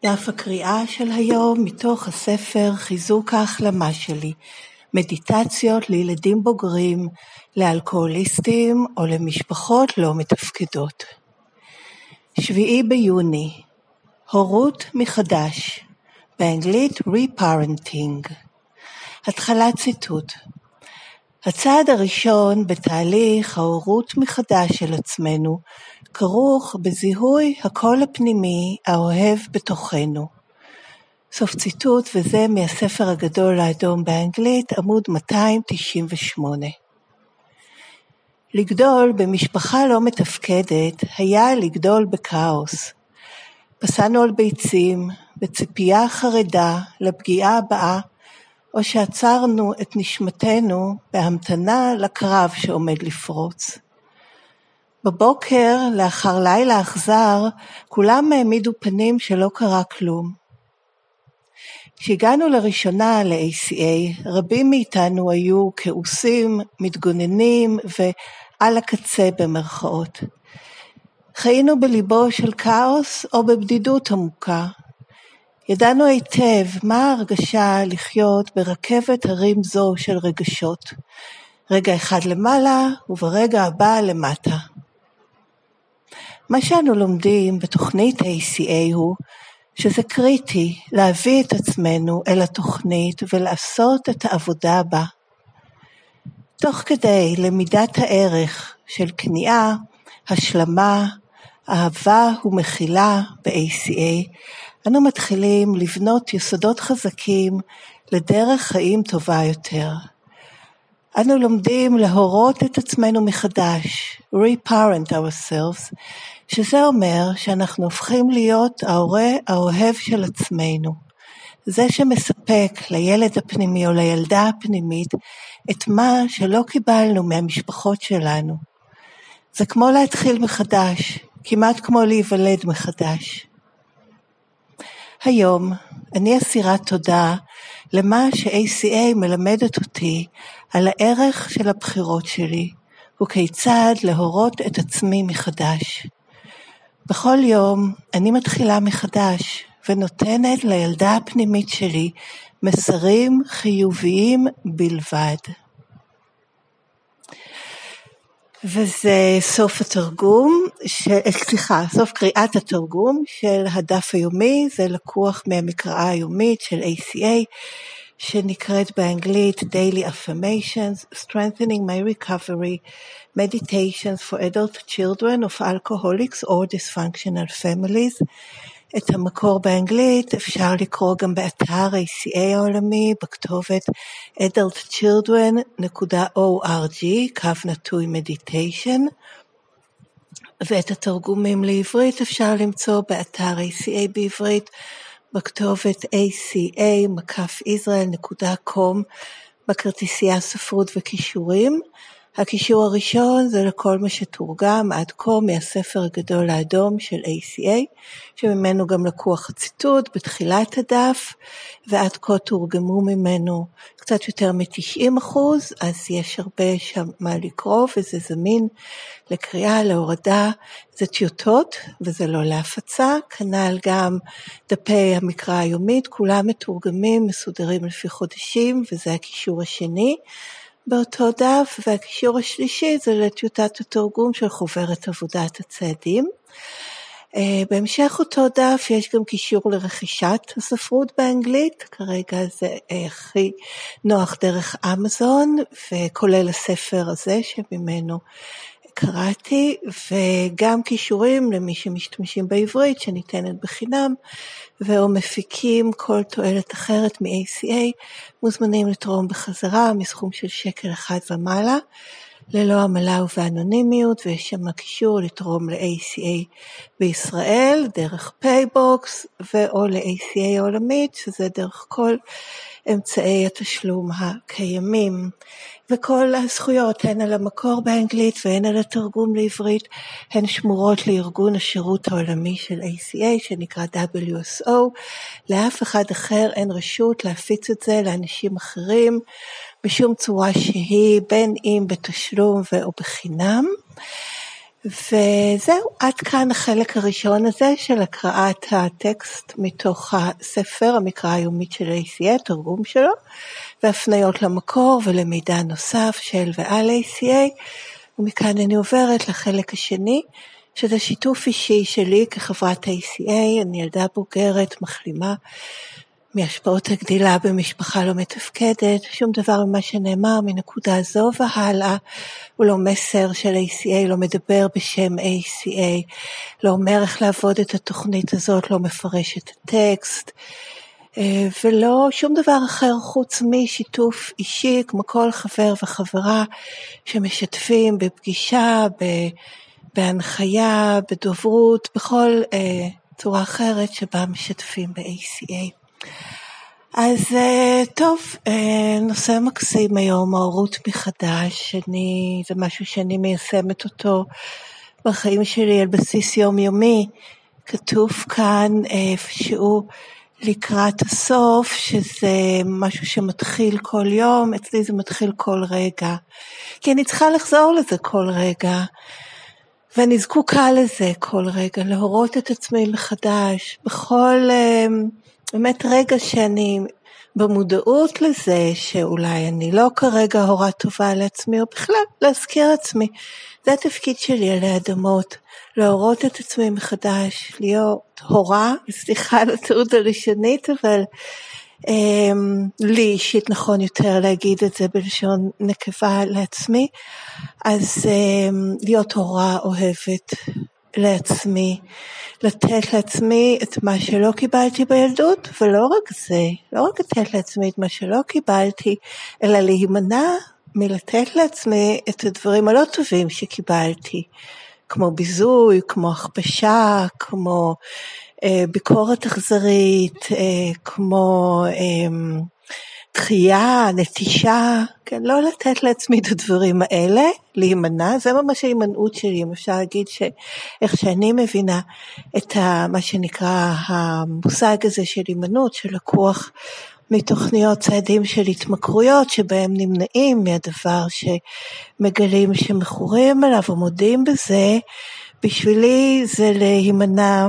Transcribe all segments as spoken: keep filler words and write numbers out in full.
דף הקריאה של היום מתוך הספר חיזוק ההחלמה שלי, מדיטציות לילדים בוגרים, לאלכוהוליסטים או למשפחות לא מתפקדות. שביעי ביוני, הורות מחדש, באנגלית re-parenting. התחלת ציטוט. הצעד הראשון בתהליך ההורות מחדש של עצמנו כרוך בזיהוי הקול הפנימי האוהב בתוכנו. סוף ציטוט, וזה מהספר הגדול האדום באנגלית, עמוד מאתיים תשעים ושמונה. לגדול במשפחה לא מתפקדת היה לגדול בכאוס. פסענו על ביצים, בציפייה חרדה לפגיעה הבאה, או שעצרנו את נשמתנו בהמתנה לקרב שעומד לפרוץ. בבוקר, לאחר לילה אכזר, כולם העמידו פנים שלא קרה כלום. כשהגענו לראשונה ל-איי סי איי, רבים מאיתנו היו כעוסים, מתגוננים ועל הקצה במרכאות. חיינו בליבו של כאוס או בבדידות עמוקה. ידענו היטב מה ההרגשה לחיות ברכבת הרים זו של רגשות. רגע אחד למעלה וברגע הבא למטה. מה שאנו לומדים בתוכנית איי סי איי הוא שזה קריטי להביא את עצמנו אל התוכנית ולעשות את העבודה בה. תוך כדי למידת הערך של כניעה, השלמה, אהבה ומחילה ב-איי סי איי, אנו מתחילים לבנות יסודות חזקים לדרך חיים טובה יותר. אנו לומדים להורות את עצמנו מחדש, re-parent ourselves, שזה אומר שאנחנו הופכים להיות ההורה האוהב של עצמנו. זה שמספק לילד הפנימי או לילדה הפנימית את מה שלא קיבלנו מהמשפחות שלנו. זה כמו להתחיל מחדש, כמעט כמו להיוולד מחדש. היום אני אסירת תודה למה ש-איי סי איי מלמדת אותי על הערך של הבחירות שלי, וכיצד להורות את עצמי מחדש. בכל יום אני מתחילה מחדש ונותנת לילדה הפנימית שלי מסרים חיוביים בלבד. וזה סוף התרגום, של, סליחה, סוף קריאת התרגום של הדף היומי, זה לקוח מהמקראה היומית של איי סי איי, שנקראת באנגלית Daily Affirmations, Strengthening My Recovery, Meditations for Adult Children of Alcoholics or Dysfunctional Families. את המקור באנגלית אפשר לקרוא גם באתר איי סי איי העולמי, בכתובת אדלט צ'ילדרן דוט או אר ג'י, קו נטוי מדיטיישן, ואת התרגומים לעברית אפשר למצוא באתר איי סי איי בעברית, בכתובת איי סי איי מקף ישראל דוט קום, בכרטיסייה ספרות וקישורים. הקישור הראשון זה לכל מה שתורגם עד כה מהספר הגדול האדום של איי סי איי, שממנו גם לקוח הציטוט בתחילת הדף, ועד כה תורגמו ממנו קצת יותר מ-תשעים אחוז, אז יש הרבה שם מה לקרוא, וזה זמין לקריאה, להורדה, זה טיוטות, וזה לא להפצה, כנ"ל גם דפי המקרא היומית, כולם מתורגמים, מסודרים לפי חודשים, וזה הקישור השני. באותו דף, והקישור השלישי זה לטיוטת התרגום של חוברת עבודת הצעדים. בהמשך אותו דף יש גם קישור לרכישת הספרות באנגלית, כרגע זה הכי נוח דרך אמזון, וכולל הספר הזה שממנו קראתי, וגם קישורים למי שמשתמשים בעברית שניתנת בחינם, ואו מפיקים כל תועלת אחרת מ-איי סי איי, מוזמנים לתרום בחזרה מסכום של שקל אחד ומעלה, ללא עמלה ובאנונימיות, ויש שם קישור לתרום ל-איי סי איי בישראל, דרך פייבוקס, ואו ל-איי סי איי העולמית, שזה דרך כל אמצעי התשלום הקיימים. וכל הזכויות, הן על המקור באנגלית והן על התרגום לעברית, הן שמורות לארגון השירות העולמי של איי סי איי, שנקרא דאבליו אס או. לאף אחד אחר אין רשות להפיץ את זה לאנשים אחרים, בשום צורה שהיא, בין אם בתשלום ואו בחינם. וזהו, עד כאן החלק הראשון הזה של הקראת הטקסט מתוך הספר המקרא היומית של איי סי איי, תרגום שלו, והפניות למקור ולמידע נוסף של ועל איי סי איי, ומכאן אני עוברת לחלק השני, שזה שיתוף אישי שלי כחברת איי סי איי, אני ילדה בוגרת, מחלימה, מהשפעות הגדילה במשפחה לא מתפקדת, שום דבר ממה שנאמר מנקודה זו והלאה, הוא לא מסר של איי סי איי, לא מדבר בשם איי סי איי, לא אומר איך לעבוד את התוכנית הזאת, לא מפרש את הטקסט, ולא שום דבר אחר חוץ משיתוף אישי, כמו כל חבר וחברה שמשתפים בפגישה, בהנחיה, בדוברות, בכל צורה אחרת שבה משתפים ב-איי סי איי. אז טוב, נושא מקסים היום, ההורות מחדש, אני, זה משהו שאני מיישמת אותו בחיים שלי על בסיס יומיומי, כתוב כאן שהוא לקראת הסוף, שזה משהו שמתחיל כל יום, אצלי זה מתחיל כל רגע, כי אני צריכה לחזור לזה כל רגע, ואני זקוקה לזה כל רגע, להורות את עצמי מחדש, בכל באמת רגע שאני במודעות לזה, שאולי אני לא כרגע הורה טובה לעצמי, או בכלל להזכיר עצמי. זה התפקיד שלי עלי אדמות, להורות את עצמי מחדש, להיות הורה, סליחה על הטעות הלשונית, אבל אמ, לי אישית נכון יותר להגיד את זה בלשון נקבה לעצמי, אז אמ, להיות הורה אוהבת לעצמי, לתת לעצמי את מה שלא קיבלתי בילדות, ולא רק זה, לא רק לתת לעצמי את מה שלא קיבלתי, אלא להימנע מלתת לעצמי את הדברים הלא טובים שקיבלתי, כמו ביזוי, כמו הכפשה, כמו אה, ביקורת אכזרית, אה, כמו אה, דחייה, נטישה, כן, לא לתת לעצמי את הדברים האלה, להימנע, זה ממש ההימנעות שלי, אם אפשר להגיד שאיך שאני מבינה את ה, מה שנקרא המושג הזה של הימנעות, שלקוח מתוכניות צעדים של התמכרויות, שבהם נמנעים מהדבר שמגלים שמכורים אליו ומודים בזה, בשבילי זה להימנע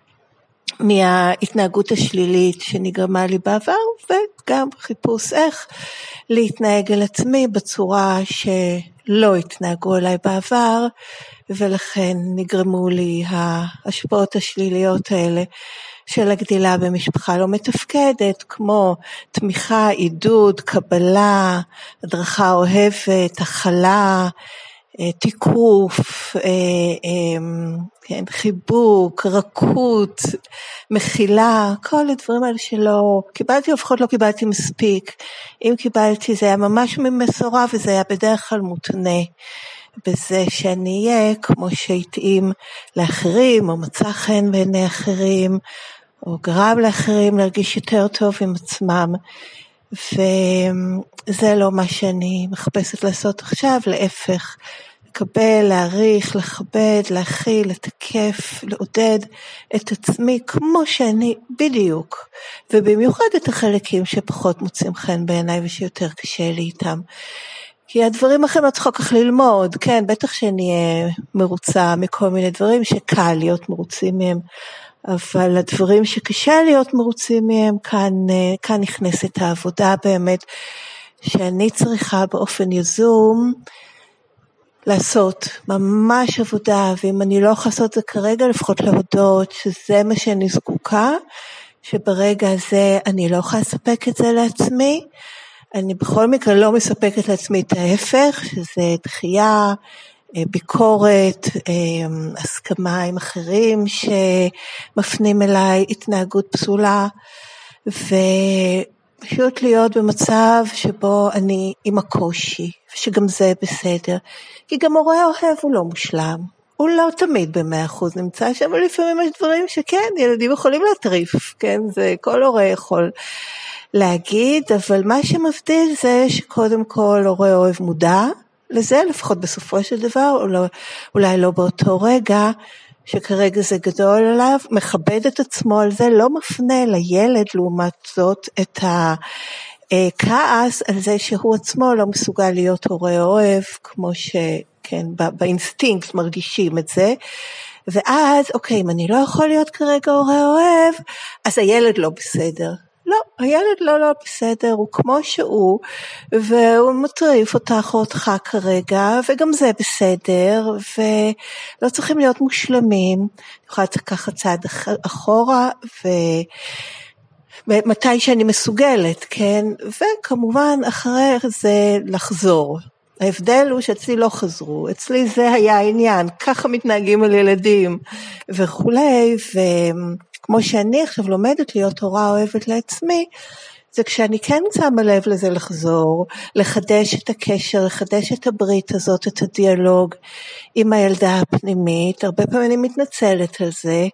מההתנהגות השלילית שנגרמה לי בעבר, וגם חיפוש איך להתנהג על עצמי בצורה שלא התנהגו אליי בעבר, ולכן נגרמו לי ההשפעות השליליות האלה של הגדילה במשפחה לא מתפקדת, כמו תמיכה, עידוד, קבלה, הדרכה אוהבת, הכלה, תיקוף, כן, חיבוק, רכות, מכילה, כל הדברים האלה שלא קיבלתי, לפחות לא קיבלתי מספיק. אם קיבלתי זה היה ממש ממסורה, וזה היה בדרך כלל מותנה בזה שאני אהיה כמו שהתאים לאחרים, או מצא חן בעיני אחרים, או גרם לאחרים להרגיש יותר טוב עם עצמם. וזה לא מה שאני מחפשת לעשות עכשיו, להפך, לקבל, להעריך, לכבד, להכיל, לתקף, לעודד את עצמי כמו שאני בדיוק, ובמיוחד את החלקים שפחות מוצאים חן בעיניי ושיותר קשה לי איתם. כי הדברים אחרים לא צריכות כך ללמוד, כן, בטח שאני אהיה מרוצה מכל מיני דברים שקל להיות מרוצים מהם, אבל הדברים שקשה להיות מרוצים מהם, כאן, כאן נכנסת העבודה באמת, שאני צריכה באופן יזום, לעשות ממש עבודה, ואם אני לא יכולה לעשות זה כרגע, לפחות להודות שזה מה שאני זקוקה, שברגע הזה אני לא יכולה לספק את זה לעצמי, אני בכל מקרה לא מספקת לעצמי את ההפך, שזה דחייה, ביקורת, הסכמה עם אחרים שמפנים אליי התנהגות פסולה, ופשוט להיות במצב שבו אני עם הקושי, שגם זה בסדר, כי גם הורה אוהב הוא לא מושלם, הוא לא תמיד במאה אחוז נמצא שם, אבל לפעמים יש דברים שכן, ילדים יכולים להטריף, כן, זה כל הורה יכול להגיד, אבל מה שמבדיל זה שקודם כל הורה אוהב מודע לזה, לפחות בסופו של דבר, או לא, אולי לא באותו רגע, שכרגע זה גדול עליו, מכבד את עצמו על זה, לא מפנה לילד לעומת זאת את ה... כעס על זה שהוא עצמו לא מסוגל להיות הורה אוהב, כמו שכן, באינסטינקט מרגישים את זה, ואז, אוקיי, אם אני לא יכול להיות כרגע הורה אוהב, אז הילד לא בסדר. לא, הילד לא לא בסדר, הוא כמו שהוא, והוא מטריף אותך או אותך כרגע, וגם זה בסדר, ולא צריכים להיות מושלמים, אני יכולה לקחת צעד אחורה, ומתי שאני מסוגלת, כן, וכמובן אחרי זה לחזור. ההבדל הוא שאצלי לא חזרו, אצלי זה היה העניין, ככה מתנהגים על ילדים וכולי, וכמו שאני עכשיו לומדת להיות הורה אוהבת לעצמי, זה כשאני כן שמה לב לזה לחזור, לחדש את הקשר, לחדש את הברית הזאת, את הדיאלוג עם הילדה הפנימית, הרבה פעמים אני מתנצלת על זה,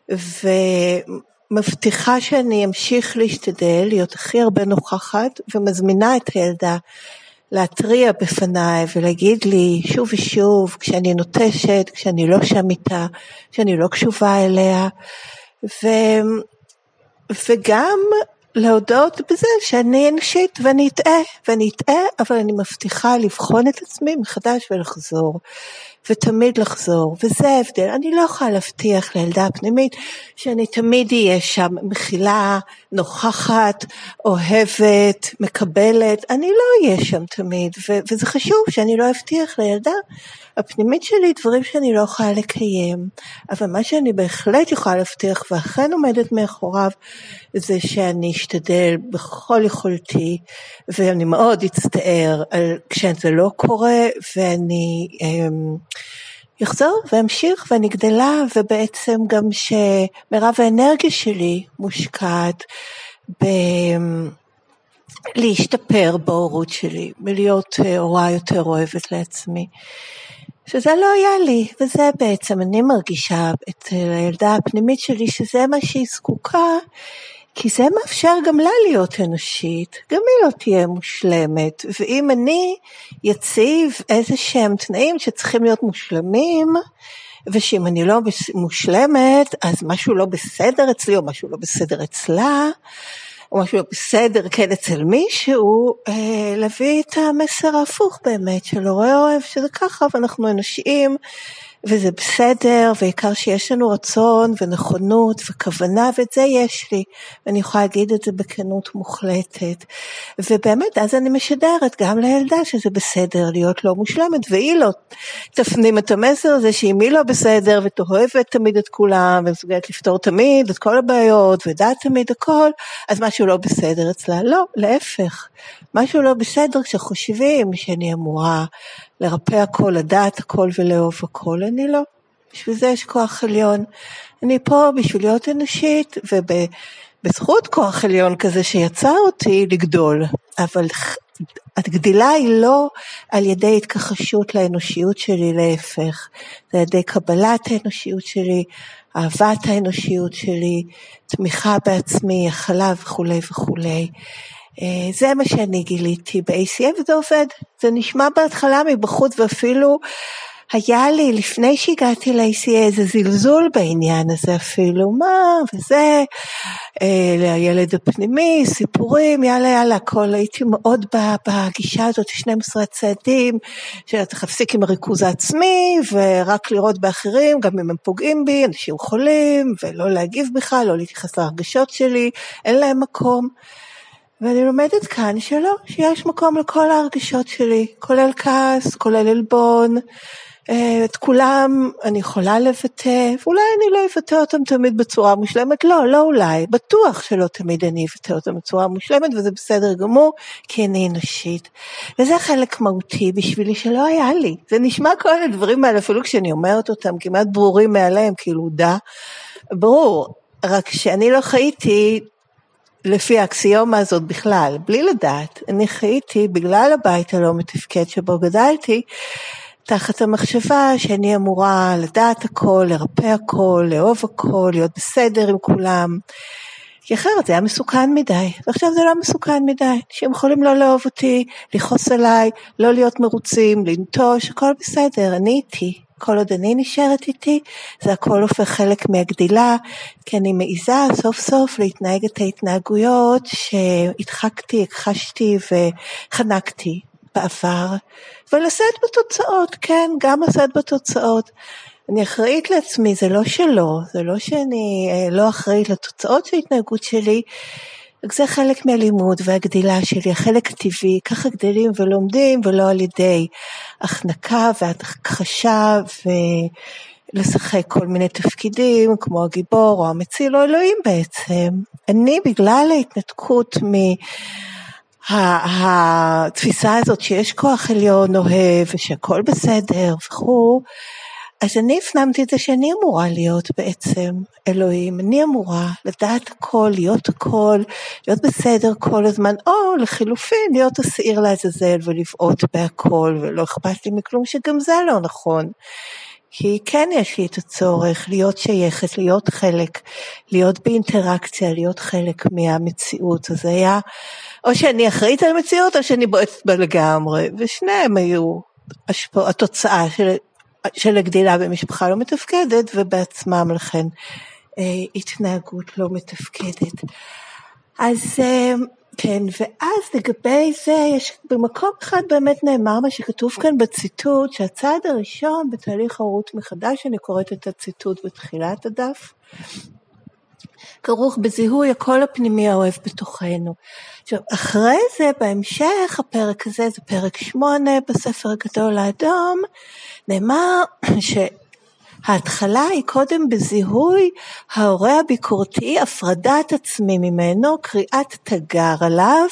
ומבטיחה שאני אמשיך להשתדל, להיות הכי הרבה נוכחת, ומזמינה את הילדה, להתריע בפניי ולהגיד לי שוב ושוב, כשאני נוטשת, כשאני לא שם איתה, כשאני לא קשובה אליה, ו... וגם להודות בזה שאני אנשית ואני אטעה, ואני אטעה, אבל אני מבטיחה לבחון את עצמי מחדש ולחזור, ותמיד לחזור, וזה ההבדל. אני לא יכולה להבטיח לילדה הפנימית שאני תמיד אהיה שם מכילה, נוכחת, אוהבת, מקבלת, אני לא אהיה שם תמיד, ו- וזה חשוב שאני לא אבטיח לילדה הפנימית שלי דברים שאני לא יכולה לקיים, אבל מה שאני בהחלט יכולה להבטיח ואכן עומדת מאחוריו, זה שאני אשתדל בכל יכולתי, ואני מאוד אצטער על כשזה לא קורה, ואני אמ, יחזור ואמשיך ואני גדלה, ובעצם גם שמרב האנרגיה שלי מושקעת ב... להשתפר בהורות שלי, בלהיות הורה יותר אוהבת לעצמי. שזה לא היה לי, וזה בעצם, אני מרגישה את הילדה הפנימית שלי, שזה מה שהיא זקוקה, כי זה מאפשר גם לה להיות אנושית, גם היא לא תהיה מושלמת, ואם אני יציב איזה שהם תנאים שצריכים להיות מושלמים, ושאם אני לא מושלמת, אז משהו לא בסדר אצלי, או משהו לא בסדר אצלה, או משהו לא בסדר כן אצל מישהו, אה, להביא את המסר ההפוך באמת, של הורה אוהב, שזה ככה, ואנחנו אנושיים, וזה בסדר, ועיקר שיש לנו רצון ונכונות וכוונה, ואת זה יש לי, ואני יכולה להגיד את זה בכנות מוחלטת, ובאמת אז אני משדרת גם לילדה שזה בסדר להיות לא מושלמת, והיא לא תפנים את המסר הזה שאם היא לא בסדר ותאהבת תמיד את כולם, ומסוגלת לפתור תמיד את כל הבעיות, ודעת תמיד הכל, אז משהו לא בסדר אצלה. לא, להפך, משהו לא בסדר כשחושבים שאני אמורה לרפא הכל, לדעת הכל ולאהוב הכל, אני לא. בשביל זה יש כוח עליון. אני פה בשביל להיות אנושית, ובזכות כוח עליון כזה שיצר אותי לגדול, אבל הגדילה היא לא על ידי התכחשות לאנושיות שלי, להפך. זה על ידי קבלת האנושיות שלי, אהבת האנושיות שלי, תמיכה בעצמי, הכלה וכו' וכו'. זה מה שאני גיליתי ב-איי סי איי, וזה עובד. זה נשמע בהתחלה מבחוץ, ואפילו היה לי לפני שהגעתי ל-איי סי איי איזה זלזול בעניין הזה אפילו, מה וזה, אה, הילד הפנימי, סיפורים, יאללה יאללה, הכל, הייתי מאוד בגישה הזאת, שנים עשר צעדים, שאתה תפסיק עם הריכוז העצמי, ורק לראות באחרים, גם אם הם פוגעים בי, אנשים חולים, ולא להגיב בכלל, לא להתייחס להרגשות שלי, אין להם מקום. ואני לומדת כאן שלא, שיש מקום לכל ההרגשות שלי, כולל כעס, כולל אלבון, את כולם אני יכולה לבטא, ואולי אני לא אבטא אותם תמיד בצורה מושלמת, לא, לא אולי, בטוח שלא תמיד אני אבטא אותם בצורה מושלמת, וזה בסדר גמור, כי אני אנושית. וזה חלק מהותי בשבילי שלא היה לי. זה נשמע כל הדברים האלה, אפילו כשאני אומרת אותם, כמעט ברורים מעליהם, כאילו דה, ברור, רק שאני לא חייתי, לפי האקסיומה הזאת בכלל, בלי לדעת, אני חייתי בגלל הבית הלא מתפקד שבו גדלתי, תחת המחשבה שאני אמורה לדעת הכל, לרפא הכל, לאהוב הכל, להיות בסדר עם כולם, כי אחרת זה היה מסוכן מדי, ועכשיו זה לא מסוכן מדי, שהם יכולים לא לאהוב אותי, לכעוס עליי, לא להיות מרוצים, לנטוש, הכל בסדר, אני איתי, כל עוד אני נשארת איתי, זה הכל הופך חלק מהגדילה, כי אני מעיזה סוף סוף להתנהג את ההתנהגויות שהדחקתי, הכחשתי וחנקתי בעבר, ולשאת בתוצאות, כן, גם לשאת בתוצאות. אני אחראית לעצמי, זה לא שלא, זה לא שאני לא אחראית לתוצאות של ההתנהגות שלי, זה חלק מהלימוד והגדילה שלי, החלק הטבעי, ככה גדלים ולומדים, ולא על ידי החנקה והכחשה ולשחק כל מיני תפקידים, כמו הגיבור או המציל או אלוהים בעצם. אני בגלל ההתנתקות מהתפיסה הזאת שיש כוח עליון אוהב ושהכל בסדר וכו', אז אני הפנמתי את זה שאני אמורה להיות בעצם אלוהים, אני אמורה לדעת הכל, להיות הכל, להיות בסדר כל הזמן, או לחילופין להיות השעיר לעזאזל ולבעוט בהכל, ולא אכפת לי מכלום שגם זה לא נכון. כי כן יש לי את הצורך להיות שייכת, להיות חלק, להיות באינטראקציה, להיות חלק מהמציאות. אז היה, או שאני אחראית על המציאות, או שאני בועטת בה לגמרי, ושניהם היו השפוע, התוצאה של של הגדילה במשפחה לא מתפקדת, ובעצמם לכן אה, התנהגות לא מתפקדת. אז אה, כן, ואז לגבי זה, יש במקום אחד באמת נאמר מה שכתוב כאן בציטוט, שהצעד הראשון בתהליך ההורות מחדש, אני קוראת את הציטוט בתחילת הדף, כרוך בזיהוי הקול הפנימי האוהב בתוכנו. עכשיו, אחרי זה, בהמשך, הפרק הזה, זה פרק שמונה בספר הגדול האדום, נאמר שההתחלה היא קודם בזיהוי ההורה הביקורתי, הפרדת עצמי ממנו, קריאת תגר עליו,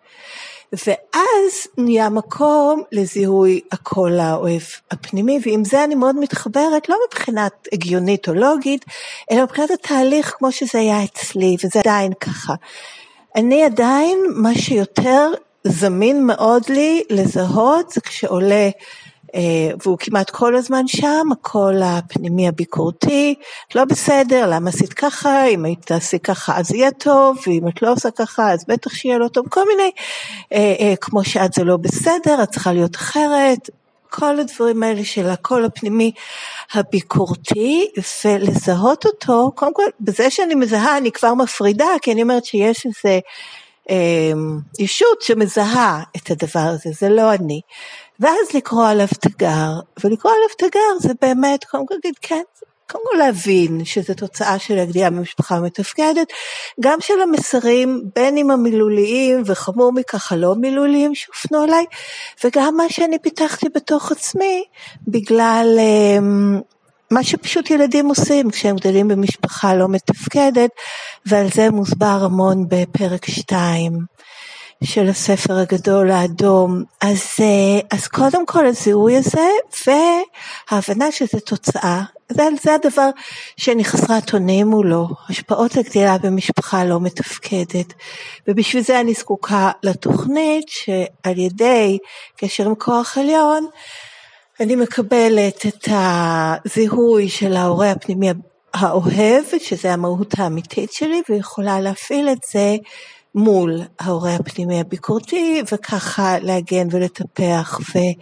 ואז נהיה מקום לזיהוי הקול האוהב הפנימי, ועם זה אני מאוד מתחברת, לא מבחינת הגיונית או לוגית, אלא מבחינת התהליך כמו שזה היה אצלי, וזה עדיין ככה. אני עדיין, מה שיותר זמין מאוד לי לזהות, זה כשעולה, והוא כמעט כל הזמן שם, הקול הפנימי הביקורתי, לא בסדר, למה עשית ככה, אם היית תעשי ככה אז יהיה טוב, ואם את לא עושה ככה אז בטח שיהיה לא טוב, כל מיני, אה, אה, כמו שאת זה לא בסדר, את צריכה להיות אחרת, כל הדברים האלה של הקול הפנימי הביקורתי, ולזהות אותו, קודם כל, בזה שאני מזהה אני כבר מפרידה, כי אני אומרת שיש איזה אה, ישות שמזהה את הדבר הזה, זה לא אני. ואז לקרוא עליו תגר, ולקרוא עליו תגר זה באמת, קודם כל להגיד כן, קודם כל להבין שזה תוצאה של הגדילה במשפחה מתפקדת, גם של המסרים בין אם המילוליים וחמור מכך הלא מילוליים שהופנו עליי, וגם מה שאני פיתחתי בתוך עצמי, בגלל מה שפשוט ילדים עושים כשהם גדלים במשפחה לא מתפקדת, ועל זה מוסבר המון בפרק שתיים. של הספר הגדול האדום. אז, אז קודם כל הזיהוי הזה, וההבנה שזה תוצאה, זה, זה הדבר שאני חסרת אונים מולו, השפעות הגדילה במשפחה לא מתפקדת, ובשביל זה אני זקוקה לתוכנית, שעל ידי קשר עם כוח עליון, אני מקבלת את הזיהוי של ההורה הפנימי האוהב, שזה המהות האמיתית שלי, ויכולה להפעיל את זה, מול ההורה הפנימי הביקורתי, וככה להגן ולטפח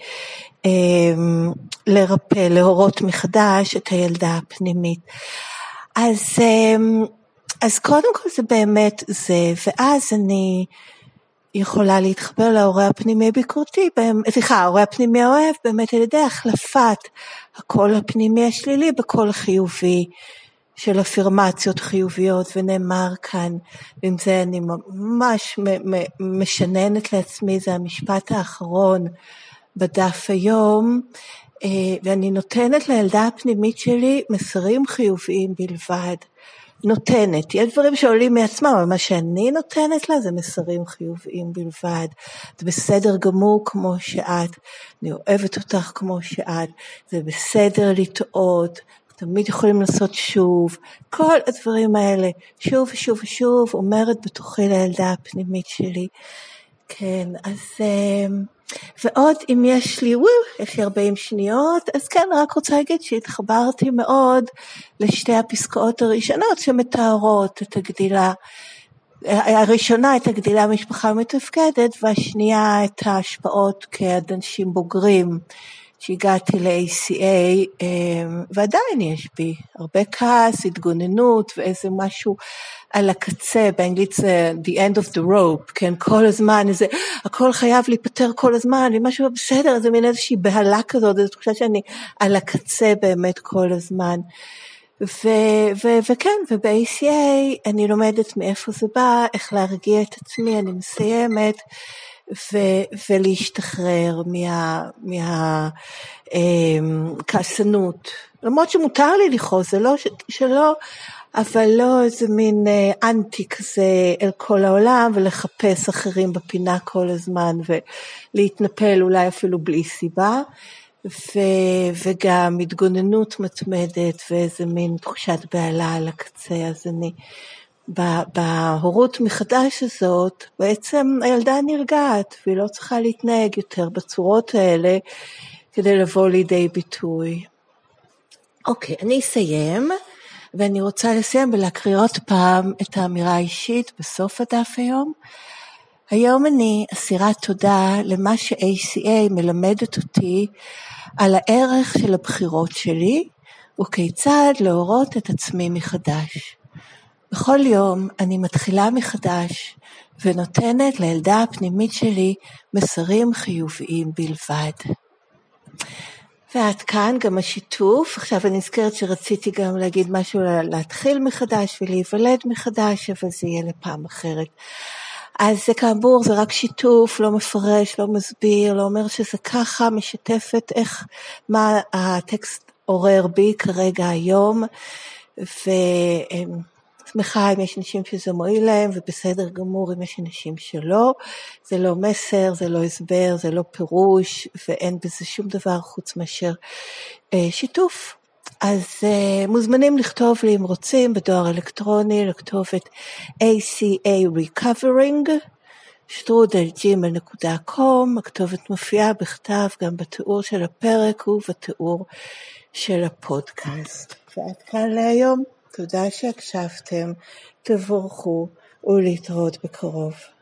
ולרפא, להורות מחדש את הילדה הפנימית. אז, אז קודם כל זה באמת זה, ואז אני יכולה להתחבר להורה הפנימי הביקורתי, סליחה, ההורה הפנימי האוהב, באמת על ידי החלפת הקול הפנימי השלילי בקול חיובי, של אפירמציות חיוביות, ונאמר כאן, ועם זה אני ממש משננת לעצמי, זה המשפט האחרון בדף היום, ואני נותנת לילדה הפנימית שלי מסרים חיוביים בלבד, נותנת, יש דברים שעולים מעצמם, אבל מה שאני נותנת לה זה מסרים חיוביים בלבד, זה בסדר גמור כמו שאת, אני אוהבת אותך כמו שאת, זה בסדר לטעות, תמיד יכולים לעשות שוב, כל הדברים האלה, שוב ושוב ושוב, אומרת בתוכי לילדה הפנימית שלי. כן, אז, ועוד אם יש לי, וואו, יש לי ארבעים שניות, אז כן, רק רוצה להגיד שהתחברתי מאוד לשתי הפסקאות הראשונות שמתארות את הגדילה, הראשונה את הגדילה במשפחה מתפקדת, והשנייה את ההשפעות כאנשים בוגרים, שהגעתי ל-איי סי איי, ועדיין יש בי הרבה כעס, התגוננות ואיזה משהו על הקצה, באנגלית זה the end of the rope, כן, כל הזמן, איזה, הכל חייב להיפטר כל הזמן, ומשהו בסדר, זה מין איזושהי בהלה כזאת, זו תחושה שאני על הקצה באמת כל הזמן. ו- ו- וכן, וב-איי סי איי אני לומדת מאיפה זה בא, איך להרגיע את עצמי, אני מסיימת, ו- ולהשתחרר מה, מה, אמ, כעסנות. למרות שמותר לי לכעוס, זה לא ש- שלא, אבל לא איזה מין אה, אנטי כזה אל כל העולם, ולחפש אחרים בפינה כל הזמן, ולהתנפל אולי אפילו בלי סיבה. ו- וגם התגוננות מתמדת ואיזה מין תחושת בעלה על הקצה. אז אני בהורות מחדש הזאת בעצם הילדה נרגעת והיא לא צריכה להתנהג יותר בצורות האלה כדי לבוא לידי ביטוי. אוקיי, אני אסיים, ואני רוצה לסיים ולהקריא עוד פעם את האמירה האישית בסוף הדף היום. היום אני אסירת תודה למה ש-איי סי איי מלמדת אותי על הערך של הבחירות שלי, וכיצד להורות את עצמי מחדש. בכל יום אני מתחילה מחדש, ונותנת לילדה הפנימית שלי מסרים חיוביים בלבד. ועד כאן גם השיתוף. עכשיו אני נזכרת שרציתי גם להגיד משהו, להתחיל מחדש ולהיוולד מחדש, אבל זה יהיה לפעם אחרת. אז זה כאמור, זה רק שיתוף, לא מפרש, לא מסביר, לא אומר שזה ככה, משתפת איך, מה הטקסט עורר בי כרגע היום, ושמחה אם יש אנשים שזה מועיל להם, ובסדר גמור אם יש אנשים שלא. זה לא מסר, זה לא הסבר, זה לא פירוש, ואין בזה שום דבר חוץ מאשר אה, שיתוף. אז uh, מוזמנים לכתוב לי אם רוצים בדואר אלקטרוני, לכתובת איי סי איי recovering שטרודל ג'ימייל דוט קום. הכתובת מופיעה בכתב גם בתיאור של הפרק ובתיאור של הפודקאסט. ועד כאן להיום, תודה שהקשבתם, תבורכו ולהתראות בקרוב.